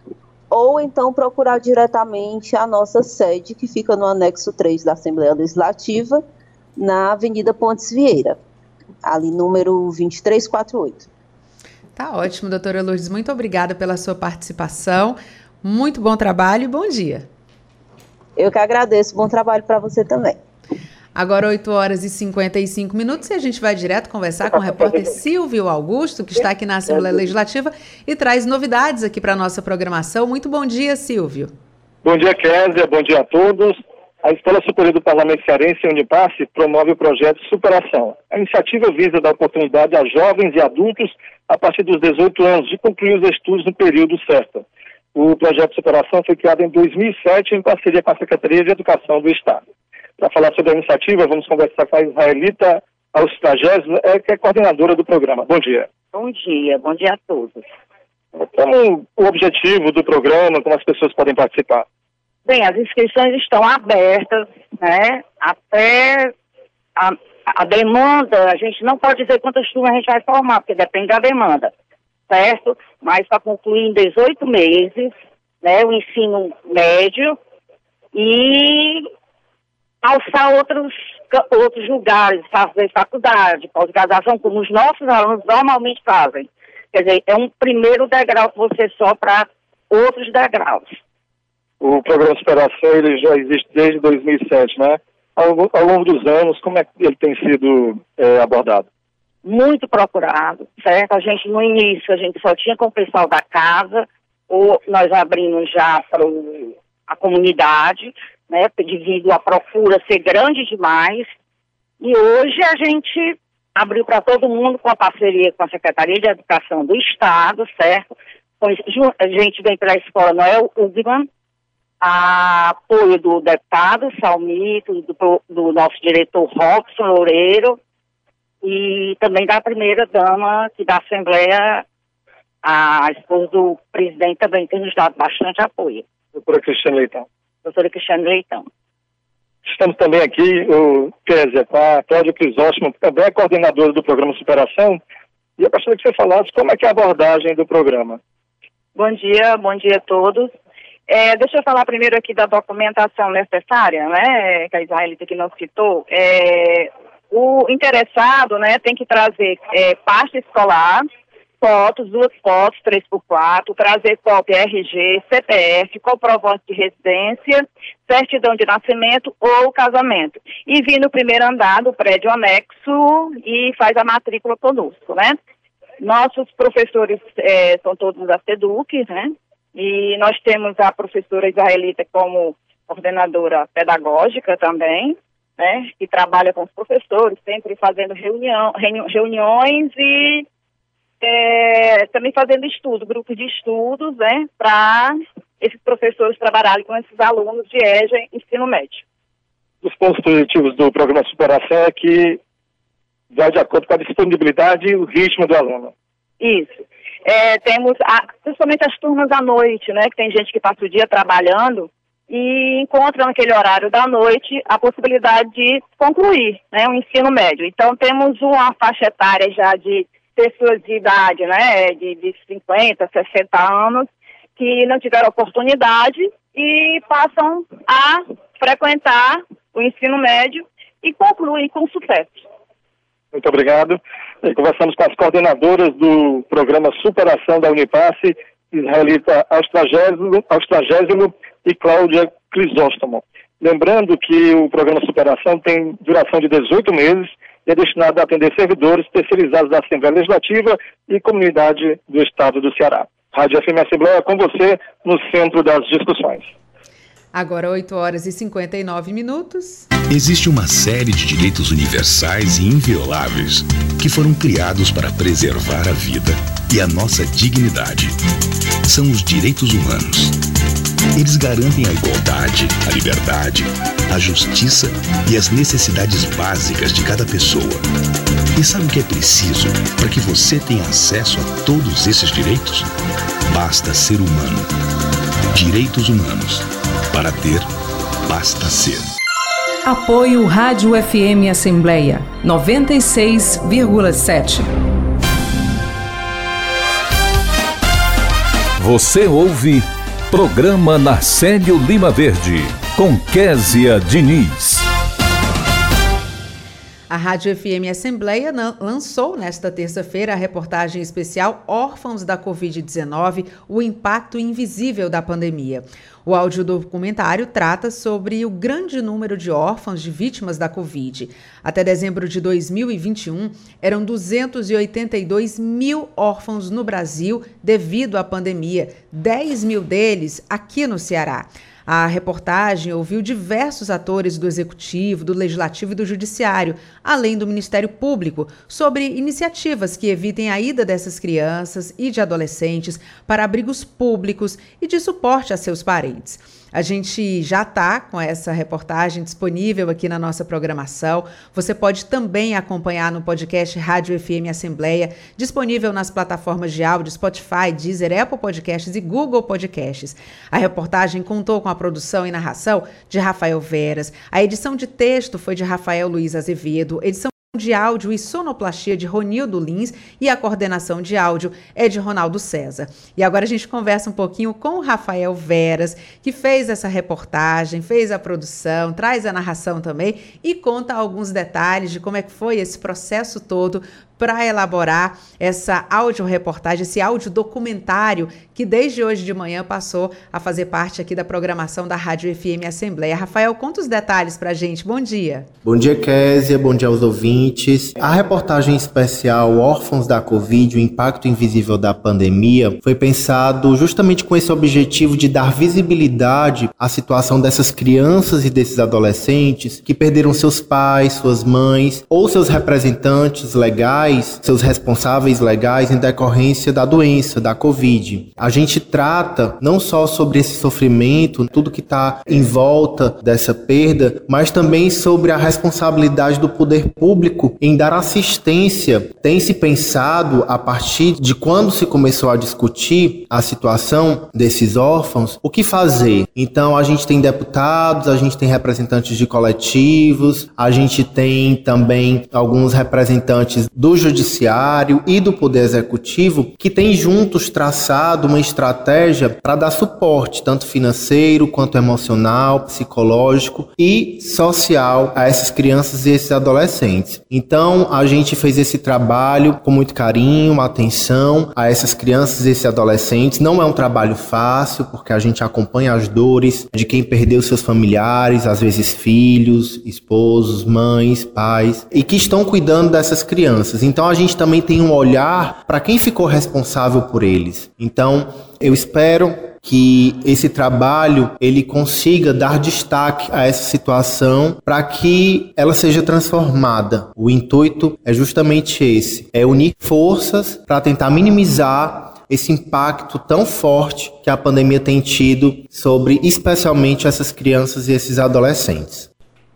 ou então procurar diretamente a nossa sede, que fica no anexo três da Assembleia Legislativa, na Avenida Pontes Vieira, ali número vinte e três quarenta e oito. Tá ótimo, doutora Lourdes, muito obrigada pela sua participação, muito bom trabalho e bom dia. Eu que agradeço, bom trabalho para você também. Agora oito horas e cinquenta e cinco minutos e a gente vai direto conversar com o repórter Silvio Augusto, que está aqui na Assembleia Legislativa e traz novidades aqui para a nossa programação. Muito bom dia, Silvio. Bom dia, Kézia, bom dia a todos. A Escola Superior do Parlamento Cearense, Unipasse, promove o projeto Superação. A iniciativa visa dar oportunidade a jovens e adultos a partir dos dezoito anos de concluir os estudos no período certo. O projeto Superação foi criado em dois mil e sete em parceria com a Secretaria de Educação do Estado. Para falar sobre a iniciativa, vamos conversar com a Israelita Austragésima, que é coordenadora do programa. Bom dia. Bom dia, bom dia a todos. Como o objetivo do programa, como as pessoas podem participar? Bem, as inscrições estão abertas, né, até a, a demanda, a gente não pode dizer quantas turmas a gente vai formar, porque depende da demanda, certo? Mas para concluir em dezoito meses, né, o ensino médio e alçar outros, outros lugares, fazer faculdade, pós-graduação, como os nossos alunos normalmente fazem. Quer dizer, é um primeiro degrau que você só para outros degraus. O programa Superação, ele já existe desde dois mil e sete, né? Ao, ao longo dos anos, como é que ele tem sido é, abordado? Muito procurado, certo? A gente, no início, a gente só tinha com o pessoal da casa, ou nós abrimos já para a comunidade, né, devido à procura ser grande demais, e hoje a gente abriu para todo mundo com a parceria com a Secretaria de Educação do Estado, certo? A gente vem pela Escola Noel Ugman, a apoio do deputado Salmito, do, do nosso diretor Robson Loureiro, e também da primeira-dama que da Assembleia, a esposa do presidente, também tem nos dado bastante apoio. Doutora Cristiane Leitão. Doutora Cristiane Leitão. Estamos também aqui, o Kézia, com a Cláudia Crisóstomo, que também é coordenadora do programa Superação, e eu gostaria que você falasse como é que é a abordagem do programa. Bom dia, bom dia a todos. É, deixa eu falar primeiro aqui da documentação necessária, né, que a Israelita que não citou. É, o interessado, né, tem que trazer é, pasta escolar, fotos, duas fotos, três por quatro, trazer cópia R G, C P F, comprovante de residência, certidão de nascimento ou casamento. E vir no primeiro andar do prédio anexo e faz a matrícula conosco, né? Nossos professores é, são todos da SEDUC, né? E nós temos a professora Israelita como coordenadora pedagógica também, né? Que trabalha com os professores, sempre fazendo reunião, reuni- reuniões e É, também fazendo estudo, grupos de estudos, né, para esses professores trabalharem com esses alunos de E J A ensino médio. Os pontos positivos do programa Superação é que vai de acordo com a disponibilidade e o ritmo do aluno. Isso. É, temos, a, principalmente as turmas à noite, né, que tem gente que passa o dia trabalhando e encontra naquele horário da noite a possibilidade de concluir, né, o ensino médio. Então, temos uma faixa etária já de pessoas de idade, né, de, de cinquenta, sessenta anos, que não tiveram oportunidade e passam a frequentar o ensino médio e concluem com sucesso. Muito obrigado. E conversamos com as coordenadoras do programa Superação da Unipasse, Israelita Austragésilo e Cláudia Crisóstomo. Lembrando que o programa Superação tem duração de dezoito meses e é destinado a atender servidores especializados da Assembleia Legislativa e comunidade do Estado do Ceará. Rádio F M Assembleia com você no centro das discussões. Agora oito horas e cinquenta e nove minutos. Existe uma série de direitos universais e invioláveis que foram criados para preservar a vida e a nossa dignidade. São os direitos humanos. Eles garantem a igualdade, a liberdade, a justiça e as necessidades básicas de cada pessoa. E sabe o que é preciso para que você tenha acesso a todos esses direitos? Basta ser humano. Direitos humanos. Para ter, basta ser. Apoio Rádio F M Assembleia noventa e seis vírgula sete. Você ouve Programa Narcélio Lima Verde, com Késia Diniz. A Rádio F M Assembleia lançou nesta terça-feira a reportagem especial Órfãos da covid dezenove, o impacto invisível da pandemia. O audiodocumentário trata sobre o grande número de órfãos de vítimas da Covid. Até dezembro de dois mil e vinte e um, eram duzentos e oitenta e dois mil órfãos no Brasil devido à pandemia, dez mil deles aqui no Ceará. A reportagem ouviu diversos atores do Executivo, do Legislativo e do Judiciário, além do Ministério Público, sobre iniciativas que evitem a ida dessas crianças e de adolescentes para abrigos públicos e de suporte a seus parentes. A gente já está com essa reportagem disponível aqui na nossa programação. Você pode também acompanhar no podcast Rádio F M Assembleia, disponível nas plataformas de áudio Spotify, Deezer, Apple Podcasts e Google Podcasts. A reportagem contou com a produção e narração de Rafael Veras. A edição de texto foi de Rafael Luiz Azevedo, edição de áudio e sonoplastia de Ronildo Lins e a coordenação de áudio é de Ronaldo César. E agora a gente conversa um pouquinho com o Rafael Veras, que fez essa reportagem, fez a produção, traz a narração também e conta alguns detalhes de como é que foi esse processo todo para elaborar essa áudio-reportagem, esse áudio-documentário que desde hoje de manhã passou a fazer parte aqui da programação da Rádio F M Assembleia. Rafael, conta os detalhes para a gente. Bom dia. Bom dia, Késia. Bom dia aos ouvintes. A reportagem especial Órfãos da Covid, o impacto invisível da pandemia, foi pensado justamente com esse objetivo de dar visibilidade à situação dessas crianças e desses adolescentes que perderam seus pais, suas mães ou seus representantes legais, seus responsáveis legais em decorrência da doença, da Covid. A gente trata não só sobre esse sofrimento, tudo que está em volta dessa perda, mas também sobre a responsabilidade do poder público em dar assistência. Tem se pensado, a partir de quando se começou a discutir a situação desses órfãos, o que fazer. Então a gente tem deputados, a gente tem representantes de coletivos, a gente tem também alguns representantes do Judiciário e do Poder Executivo que têm juntos traçado uma estratégia para dar suporte, tanto financeiro quanto emocional, psicológico e social a essas crianças e esses adolescentes. Então, a gente fez esse trabalho com muito carinho, atenção a essas crianças e esses adolescentes. Não é um trabalho fácil, porque a gente acompanha as dores de quem perdeu seus familiares, às vezes filhos, esposos, mães, pais, e que estão cuidando dessas crianças. Então a gente também tem um olhar para quem ficou responsável por eles. Então eu espero que esse trabalho ele consiga dar destaque a essa situação para que ela seja transformada. O intuito é justamente esse, é unir forças para tentar minimizar esse impacto tão forte que a pandemia tem tido sobre especialmente essas crianças e esses adolescentes.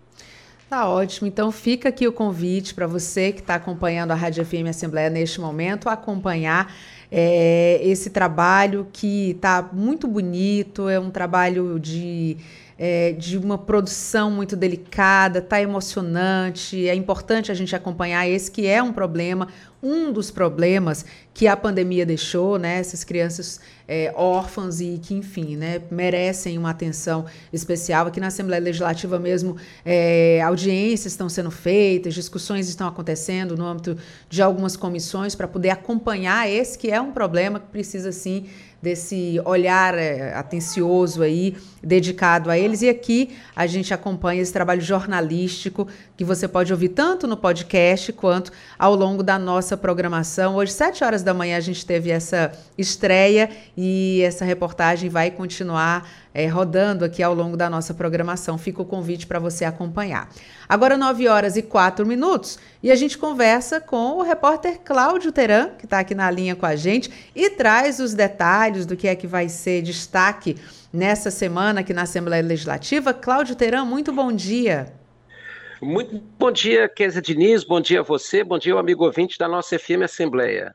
Tá ótimo, então fica aqui o convite para você que está acompanhando a Rádio F M Assembleia neste momento, acompanhar é, esse trabalho que está muito bonito, é um trabalho de... É, de uma produção muito delicada, está emocionante, é importante a gente acompanhar esse que é um problema, um dos problemas que a pandemia deixou, né, essas crianças é, órfãs e que, enfim, né, merecem uma atenção especial. Aqui na Assembleia Legislativa mesmo, é, audiências estão sendo feitas, discussões estão acontecendo no âmbito de algumas comissões para poder acompanhar esse que é um problema que precisa, sim, desse olhar é, atencioso aí, dedicado a eles. E aqui a gente acompanha esse trabalho jornalístico que você pode ouvir tanto no podcast quanto ao longo da nossa programação. Hoje, sete horas da manhã, a gente teve essa estreia e essa reportagem vai continuar é, rodando aqui ao longo da nossa programação. Fica o convite para você acompanhar. Agora, nove horas e quatro minutos, e a gente conversa com o repórter Cláudio Teran, que está aqui na linha com a gente, e traz os detalhes do que é que vai ser destaque nessa semana aqui na Assembleia Legislativa. Cláudio Teran, muito bom dia. Muito bom dia, Kézia Diniz, bom dia a você, bom dia ao amigo ouvinte da nossa F M Assembleia.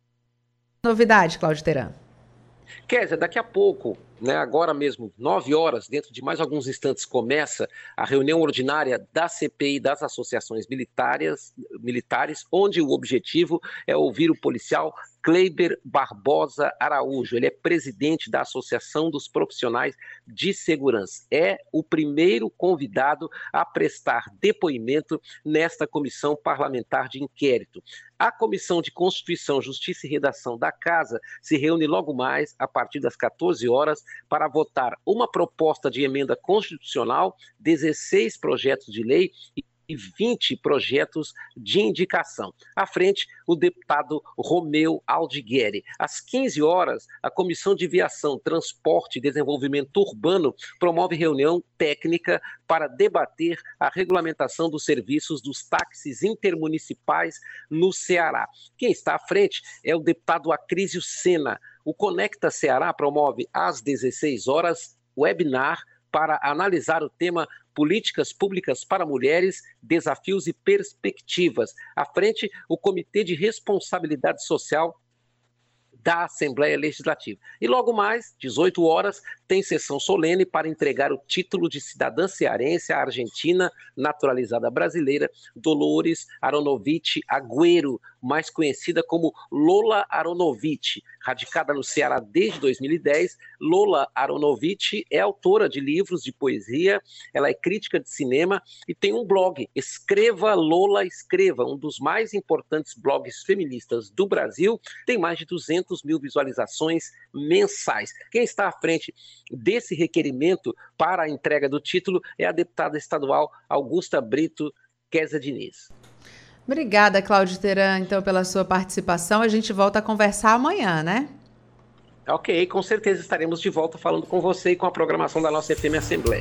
Novidade, Cláudio Teran. Kézia, daqui a pouco, né, agora mesmo, nove horas, dentro de mais alguns instantes, começa a reunião ordinária da C P I das associações militares, militares, onde o objetivo é ouvir o policial Kleiber Barbosa Araújo. Ele é presidente da Associação dos Profissionais de Segurança. É o primeiro convidado a prestar depoimento nesta comissão parlamentar de inquérito. A Comissão de Constituição, Justiça e Redação da Casa se reúne logo mais, a partir das quatorze horas, para votar uma proposta de emenda constitucional, dezesseis projetos de lei e vinte projetos de indicação. À frente, o deputado Romeu Aldigueri. Às quinze horas, a Comissão de Viação, Transporte e Desenvolvimento Urbano promove reunião técnica para debater a regulamentação dos serviços dos táxis intermunicipais no Ceará. Quem está à frente é o deputado Acrísio Sena. O Conecta Ceará promove às dezesseis horas webinar para analisar o tema Políticas Públicas para Mulheres, Desafios e Perspectivas. À frente, o Comitê de Responsabilidade Social da Assembleia Legislativa. E logo mais, dezoito horas, tem sessão solene para entregar o título de cidadã cearense à argentina naturalizada brasileira Dolores Aronovitch Agüero, mais conhecida como Lola Aronovitch. Radicada no Ceará desde dois mil e dez, Lola Aronovitch é autora de livros de poesia, ela é crítica de cinema e tem um blog, Escreva Lola Escreva, um dos mais importantes blogs feministas do Brasil, tem mais de duzentos mil visualizações mensais. Quem está à frente desse requerimento para a entrega do título é a deputada estadual Augusta Brito Kézia Diniz. Obrigada, Cláudio Teran, então, pela sua participação. A gente volta a conversar amanhã, né? Ok, com certeza estaremos de volta falando com você e com a programação da nossa F M Assembleia.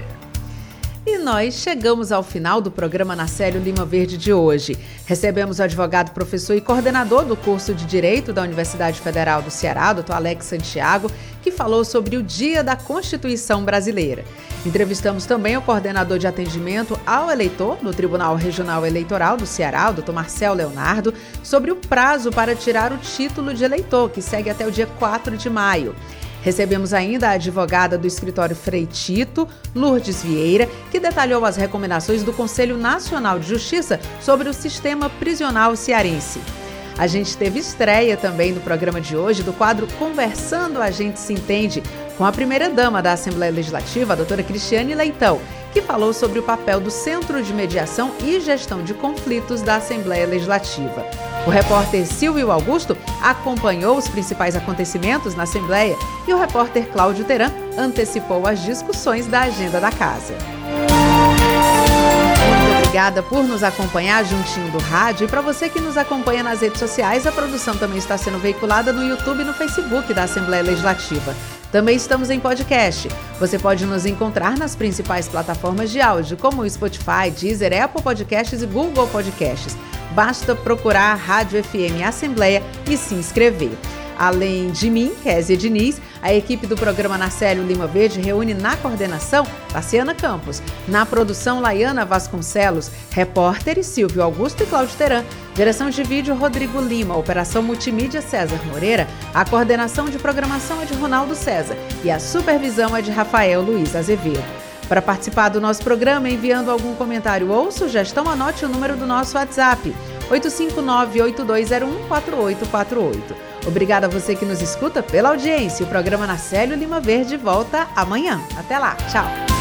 E nós chegamos ao final do programa Nacélio Lima Verde de hoje. Recebemos o advogado, professor e coordenador do curso de Direito da Universidade Federal do Ceará, doutor Alex Santiago, que falou sobre o Dia da Constituição Brasileira. Entrevistamos também o coordenador de atendimento ao eleitor no Tribunal Regional Eleitoral do Ceará, o doutor Marcel Leonardo, sobre o prazo para tirar o título de eleitor, que segue até o dia quatro de maio. Recebemos ainda a advogada do escritório Frei Tito, Lourdes Vieira, que detalhou as recomendações do Conselho Nacional de Justiça sobre o sistema prisional cearense. A gente teve estreia também no programa de hoje do quadro Conversando a Gente Se Entende, com a primeira-dama da Assembleia Legislativa, a doutora Cristiane Leitão, que falou sobre o papel do Centro de Mediação e Gestão de Conflitos da Assembleia Legislativa. O repórter Silvio Augusto acompanhou os principais acontecimentos na Assembleia e o repórter Cláudio Teran antecipou as discussões da agenda da casa. Muito obrigada por nos acompanhar juntinho do rádio, e para você que nos acompanha nas redes sociais, a produção também está sendo veiculada no YouTube e no Facebook da Assembleia Legislativa. Também estamos em podcast. Você pode nos encontrar nas principais plataformas de áudio, como o Spotify, Deezer, Apple Podcasts e Google Podcasts. Basta procurar a Rádio F M Assembleia e se inscrever. Além de mim, Kézia Diniz, a A equipe do programa Narcélio Lima Verde reúne na coordenação Tarciana Campos, na produção Laiana Vasconcelos, repórteres Silvio Augusto e Cláudio Teran, direção de vídeo Rodrigo Lima, operação multimídia César Moreira, a coordenação de programação é de Ronaldo César e a supervisão é de Rafael Luiz Azevedo. Para participar do nosso programa, enviando algum comentário ou sugestão, anote o número do nosso WhatsApp, oito cinco nove, oito dois zero um, quatro oito quatro oito. Obrigada a você que nos escuta pela audiência. O programa Narcélio Lima Verde volta amanhã. Até lá. Tchau.